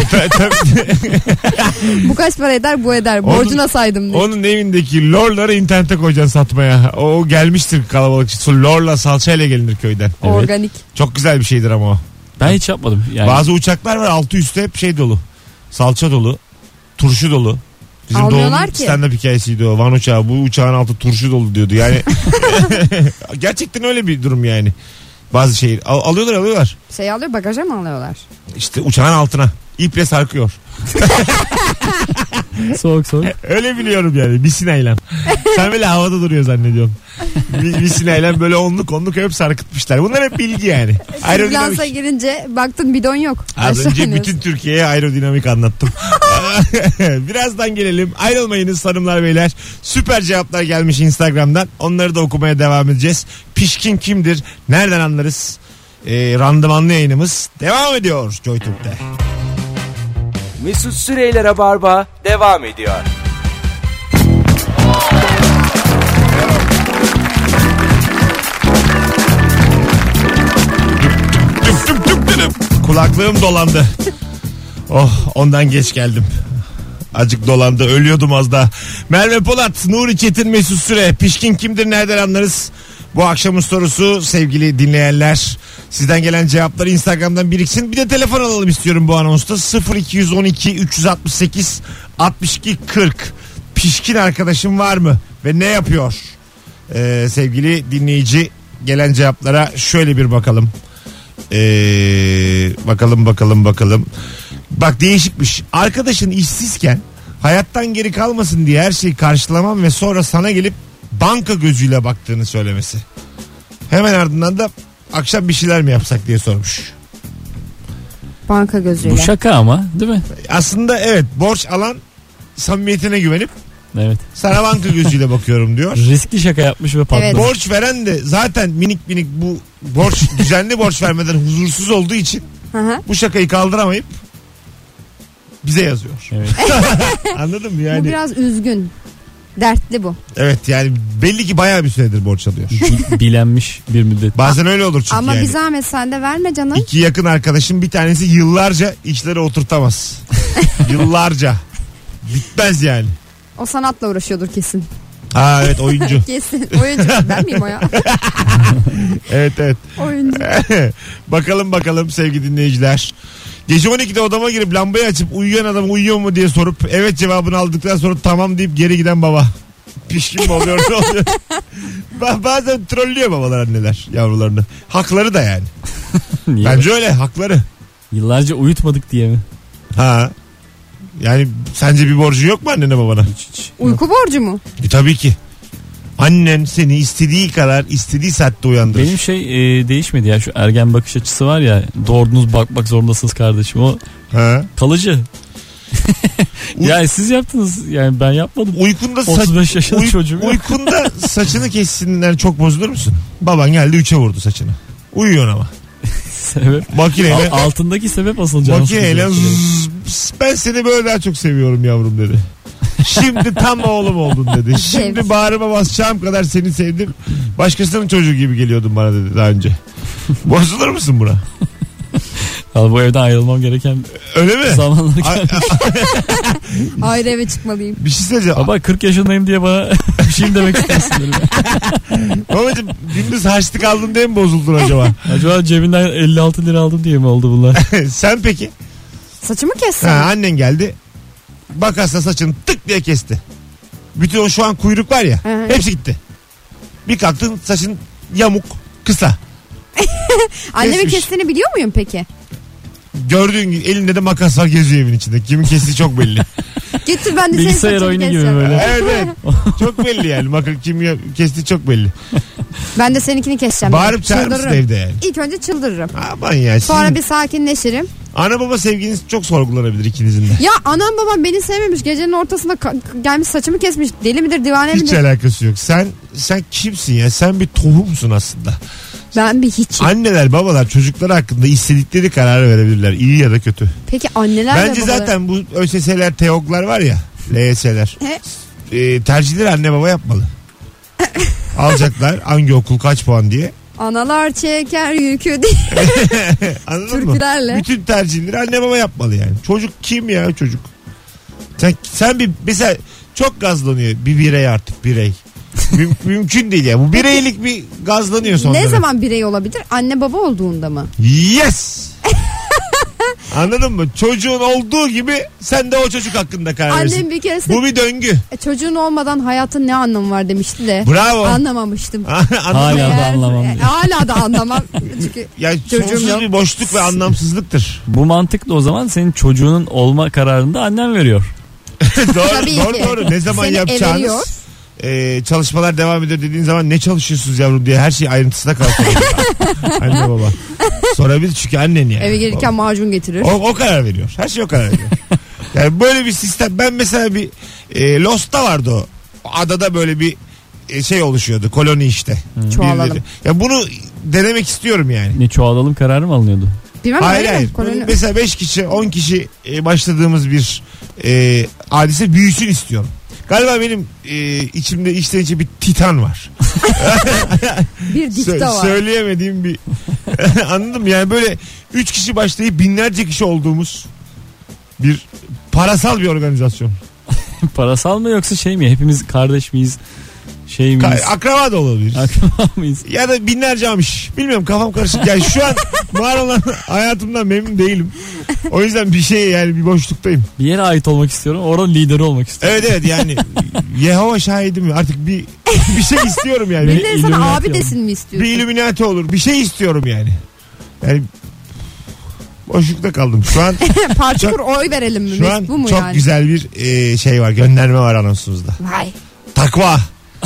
Bu kaç para eder bu eder. Onun- Borcuna saydım diye. Onun evindeki lorları internete koyacaksın satmaya. O gelmiştir kalabalık. Su lorla salçayla gelinir köyden. Evet. Organik. Çok güzel bir şeydir ama o. Ben hiç yapmadım. Yani Bazı uçaklar var altı üstü hep şey dolu. Salça dolu. Turşu dolu. Bizim Almıyorlar Doğu'nun ki. stand-up hikayesiydi o. Van uçağı bu uçağın altı turşu dolu diyordu. Yani gerçekten öyle bir durum yani. Bazı şehir. Al- alıyorlar alıyorlar. Şey alıyor, bagaja mı alıyorlar? İşte uçağın altına. İple sarkıyor. Soğuk soğuk. Öyle biliyorum yani. Misinayla. Sen böyle havada duruyor zannediyorsun. Mi- Misinayla böyle onluk onluk hep sarkıtmışlar. Bunlar hep bilgi yani. Ambülansa Aerodinamik. girince baktın bidon yok. Az Aşağı önce iniyorsun. bütün Türkiye'ye aerodinamik anlattım. Birazdan gelelim. Ayrılmayınız hanımlar beyler. Süper cevaplar gelmiş Instagram'dan. Onları da okumaya devam edeceğiz. Pişkin kimdir? Nereden anlarız? Ee, randımanlı yayınımız devam ediyor JoyTürk'te. Mesut Süreyler'e barba devam ediyor. Tüp tüp tüp tüp. Kulaklığım dolandı. Oh, ondan geç geldim. Acık dolandı. Ölüyordum az daha. Merve Polat, Nuri Çetin, Mesut Süre. Pişkin kimdir? Nereden anlarız? Bu akşamın sorusu sevgili dinleyenler. Sizden gelen cevapları Instagram'dan biriksin. Bir de telefon alalım istiyorum bu anonsta. sıfır iki on iki üç altı sekiz altmış iki kırk. Pişkin arkadaşım var mı? Ve ne yapıyor? Ee, sevgili dinleyici, gelen cevaplara şöyle bir bakalım. Ee, bakalım bakalım bakalım. Bak değişikmiş. Arkadaşın işsizken hayattan geri kalmasın diye her şeyi karşılamam ve sonra sana gelip banka gözüyle baktığını söylemesi. Hemen ardından da akşam bir şeyler mi yapsak diye sormuş. Banka gözüyle. Bu şaka ama değil mi? Aslında evet, borç alan samimiyetine güvenip Evet. sana banka gözüyle bakıyorum diyor. Riskli şaka yapmış ve patlamış. Evet. Borç veren de zaten minik minik bu borç düzenli borç vermeden huzursuz olduğu için Hı hı. bu şakayı kaldıramayıp bize yazıyor. Evet. Anladın mı Bu yani? biraz üzgün. Dertli bu. Evet yani belli ki bayağı bir süredir borç alıyor. Bi- Bilenmiş bir müddet. Bazen öyle olur çünkü Ama yani. bir zahmet sen de verme canım. İki yakın arkadaşım, bir tanesi yıllarca işleri oturtamaz. Yıllarca. Bitmez yani. O sanatla uğraşıyordur kesin. Ha evet, oyuncu. Kesin. Oyuncu. Ben miyim o ya? Evet evet. Oyuncu. Bakalım bakalım sevgili dinleyiciler. Gece on ikide odama girip lambayı açıp uyuyan adam uyuyor mu diye sorup evet cevabını aldıktan sonra tamam deyip geri giden baba. Pişkin mi oluyor, ne oluyor? Ba- Bazen trollüyor babalar anneler yavrularını. Hakları da yani. Niye? Bence öyle, hakları. Yıllarca uyutmadık diye mi? Ha. Yani sence bir borcu yok mu annene babana? Hiç, hiç. Uyku borcu mu? E, tabii ki. Annen seni istediği kadar istediği saatte uyandırır. Benim şey e, değişmedi ya, şu ergen bakış açısı var ya, doğurdunuz bakmak zorundasınız kardeşim, o Ha. kalıcı. Yani siz yaptınız, yani ben yapmadım. Uykunda saç, otuz beş yaşında uy- çocuğum yok. uykunda saçını kessinler çok bozulur musun? Baban geldi üçe vurdu saçını. Uyuyorsun ama. Sebep. Makineyle Al- altındaki sebep asıl canım. makineyle zzz, ben seni böyle daha çok seviyorum yavrum dedi. Şimdi tam oğlum oldun dedi. Şimdi Evet. bağrıma basacağım kadar seni sevdim. Başkasının çocuğu gibi geliyordun bana dedi daha önce. Bozulur musun buna? Vallahi bu evden ayrılmam gereken Öyle mi? zamanlar Ay- geldi. Ayrı eve çıkmalıyım. Bir şey söyleyeceğim. Baba kırk yaşındayım diye bana bir şey mi demek istersin dedim. Babacığım gündüz harçlık aldın diye mi bozuldun acaba? Acaba cebinden elli altı lira aldım diye mi oldu bunlar? Sen peki? Saçımı kessin. Ha, annen geldi. Bakasla saçını tık diye kesti. Bütün o şu an kuyruk var ya. Hı. Hepsi gitti. Bir kalktın saçın yamuk, kısa. Annemin kesmiş. kestiğini biliyor muyum peki? Gördüğün gibi elinde de makas var, geziyor evin içinde. Kimin kestiği çok belli. Getir ben de senin Bilgisayar saçını oyunu gibi keseceğim. böyle. Evet evet. Çok belli yani. Maka, kim ya- kestiği çok belli. Ben de seninkini keseceğim. Bağırıp çağırır mısın Çıldırırım. evde yani? İlk önce çıldırırım. Aman ya. Sonra Sizin bir sakinleşirim. ana baba sevginiz çok sorgulanabilir ikinizin de. Ya anam babam beni sevmemiş. Gecenin ortasında ka- gelmiş saçımı kesmiş. Deli midir divane Hiç midir? alakası yok. Sen sen kimsin ya? Sen bir tohumsun aslında. Ben bir hiçim. Anneler babalar çocukları hakkında istedikleri kararı verebilirler. İyi ya da kötü. Peki anneler Bence ve babalar. zaten bu ÖSS'ler, TEOG'lar var ya, L Y S'ler. He? E, tercihleri anne baba yapmalı. Alacaklar hangi okul kaç puan diye. Analar çeker yükü diye Anladın mı? türkülerle. Bütün tercihleri anne baba yapmalı yani. Çocuk kim ya çocuk? Sen, sen bir mesela çok gazlanıyor bir birey artık birey. Müm- mümkün değil ya. Bu bireylik bir gazlanıyor sonra. Ne zaman birey olabilir? Anne baba olduğunda mı? Yes. Anladın mı? Çocuğun olduğu gibi sen de o çocuk hakkında karar verirsin. Annem bir keresinde Bu bir döngü. e, çocuğun olmadan hayatın ne anlamı var demişti de. Bravo. Anlamamıştım. Anladın Hala mı? da anlamam. E, hala da anlamam. Çünkü Yani çocuğum sonsuz yok. bir boşluk ve anlamsızlıktır. Bu mantıkla o zaman senin çocuğunun olma kararını da annen veriyor. doğru Tabii doğru, ki. doğru. Ne zaman Seni yapacağınız everiyor. e, çalışmalar devam ediyor dediğin zaman ne çalışıyorsunuz yavrum diye her şey ayrıntısına kalkıyor. Anne baba. Sorabilir çünkü annen yani. Eve gelirken macun getirir. O, o karar veriyor. Her şey o karar veriyor. Yani böyle bir sistem. Ben mesela bir e, Lost'ta vardı o. O adada böyle bir e, şey oluşuyordu. Koloni işte. Çoğalalım. Birileri. Ya bunu denemek istiyorum yani. Ne çoğalalım kararı mı alınıyordu? Bilmem Hayır öyle mi? hayır. Koloni- Böyle mesela beş kişi on kişi e, başladığımız bir e, hadise büyüsün istiyorum. Galiba benim e, içimde içten içe bir titan var. Bir Sö- dikta var. söyleyemediğim bir anladın mı? Yani böyle üç kişi başlayıp binlerce kişi olduğumuz bir parasal bir organizasyon. Parasal mı yoksa şey mi? Hepimiz kardeş miyiz? Şey miyiz? Ka- akraba da olabilir. Akraba mıyız? Ya da binlerce amış. Bilmiyorum, kafam karışık. Yani şu an var olan hayatımdan memnun değilim. O yüzden bir şey yani bir boşluktayım. Bir yere ait olmak istiyorum. Oranın lideri olmak istiyorum. Evet evet yani Yehova şahidim artık bir bir şey istiyorum yani. Birileri sana İlluminati abi oldu. desin mi istiyorsun? Bir Illuminati olur. Bir şey istiyorum yani. Yani boşlukta kaldım. Şu an Parti Çok- kur oy verelim mi? şu an Bu mu çok yani? güzel bir e, şey var. Gönderme var anonsumuzda. Vay. Takva.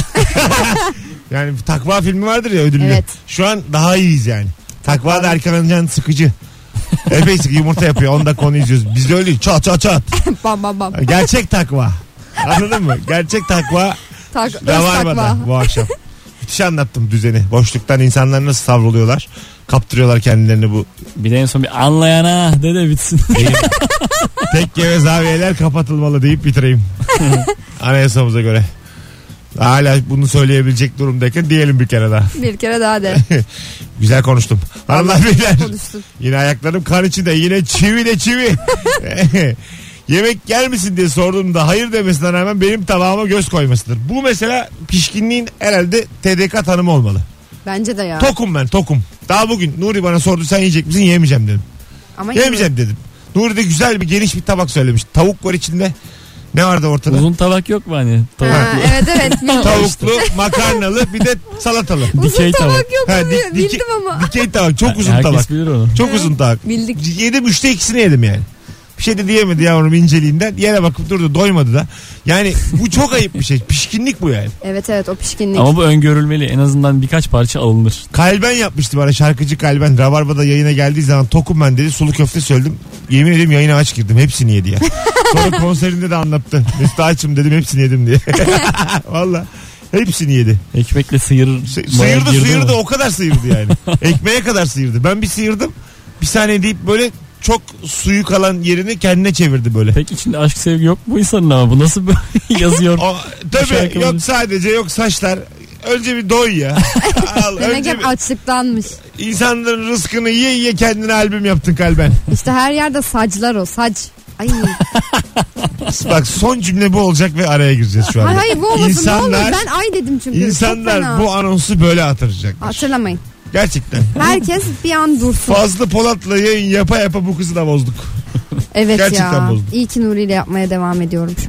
Yani takva filmi vardır ya, ödüllü. Evet. Şu an daha iyiyiz yani. Takva da Erkan Ancan sıkıcı. Epey sıkı, yumurta yapıyor. Onda konu izliyoruz. Biz de öyle çat çat çat. Bam bam bam. Gerçek takva. Anladın mı? Gerçek takva Tak, öz Rabarba'da takva. bu akşam. Müthiş anlattım düzeni. Boşluktan insanlar nasıl savruluyorlar. Kaptırıyorlar kendilerini bu. Bir de en son bir anlayana de de bitsin. Tekke ve zaviyeler kapatılmalı deyip bitireyim. Anayasamıza göre. Hala bunu söyleyebilecek durumdayken diyelim bir kere daha. Bir kere daha de. Güzel konuştum. Hanımlar beyler. Konuştun. Yine ayaklarım kan içinde. Yine çivi de çivi. Yemek yer misin diye sorduğumda hayır demesine rağmen benim tabağıma göz koymasıdır. Bu mesela pişkinliğin herhalde T D K tanımı olmalı. Bence de ya. Tokum ben, tokum. Daha bugün Nuri bana sordu sen yiyecek misin? Yemeyeceğim dedim. Ama Yemeyeceğim dedim. Nuri de güzel bir geniş bir tabak söylemiş. Tavuk var içinde. Ne vardı ortada? Uzun tabak yok mu hani? Tavuk. Ha, evet evet. Bildim. Tavuklu, makarnalı, bir de salatalı. Dikey Uzun tabak tabak. yok Ha, mu? dik- Bildim dike- ama. Dikey tabak. Çok uzun Herkes tabak. bilir onu. Çok uzun tabak. Bildik. Yedim, üçte ikisini yedim yani. Bir şey de diyemedi yavrum inceliğinden. Yere bakıp durdu, doymadı da. Yani bu çok ayıp bir şey. Pişkinlik bu yani. Evet evet, o pişkinlik. Ama bu öngörülmeli. En azından birkaç parça alınır. Kalben yapmıştı bana, şarkıcı Kalben. Rabarba'da yayına geldiği zaman tokum ben dedi. Sulu köfte söyledim. Yemin ediyorum yayına aç girdim. Hepsini yedi ya. Sonra konserinde de anlattı. Mesut açım dedim, hepsini yedim diye. Valla. Hepsini yedi. Ekmekle sıyır. Sı- Sıyırdı sıyırdı, o kadar sıyırdı yani. Ekmeğe kadar sıyırdı. Ben bir sıyırdım. Bir saniye deyip böyle çok suyu kalan yerini kendine çevirdi böyle. Pek içinde aşk sevgi yok bu insanın ama bu nasıl böyle yazıyor? O, tabii şarkımız- yok, sadece yok saçlar. Önce bir doy ya. Al, Demek önce hep bir, açlıktanmış. insanların rızkını yiye yiye kendine albüm yaptın Kalben. İşte her yerde saclar o, sac. Ay. Bak son cümle bu olacak ve araya gireceğiz şu anda. Hayır hayır, bu olmasın, İnsanlar- ne olur. Ben ay dedim çünkü. Çok İnsanlar fena. bu anonsu böyle hatırlayacaklar. Hatırlamayın. Gerçekten. Herkes bir an dursun. Fazlı Polat'la yayın yapa yapa bu kızı da bozduk. Evet Gerçekten ya. bozdum. İyi ki Nuri ile yapmaya devam ediyorum.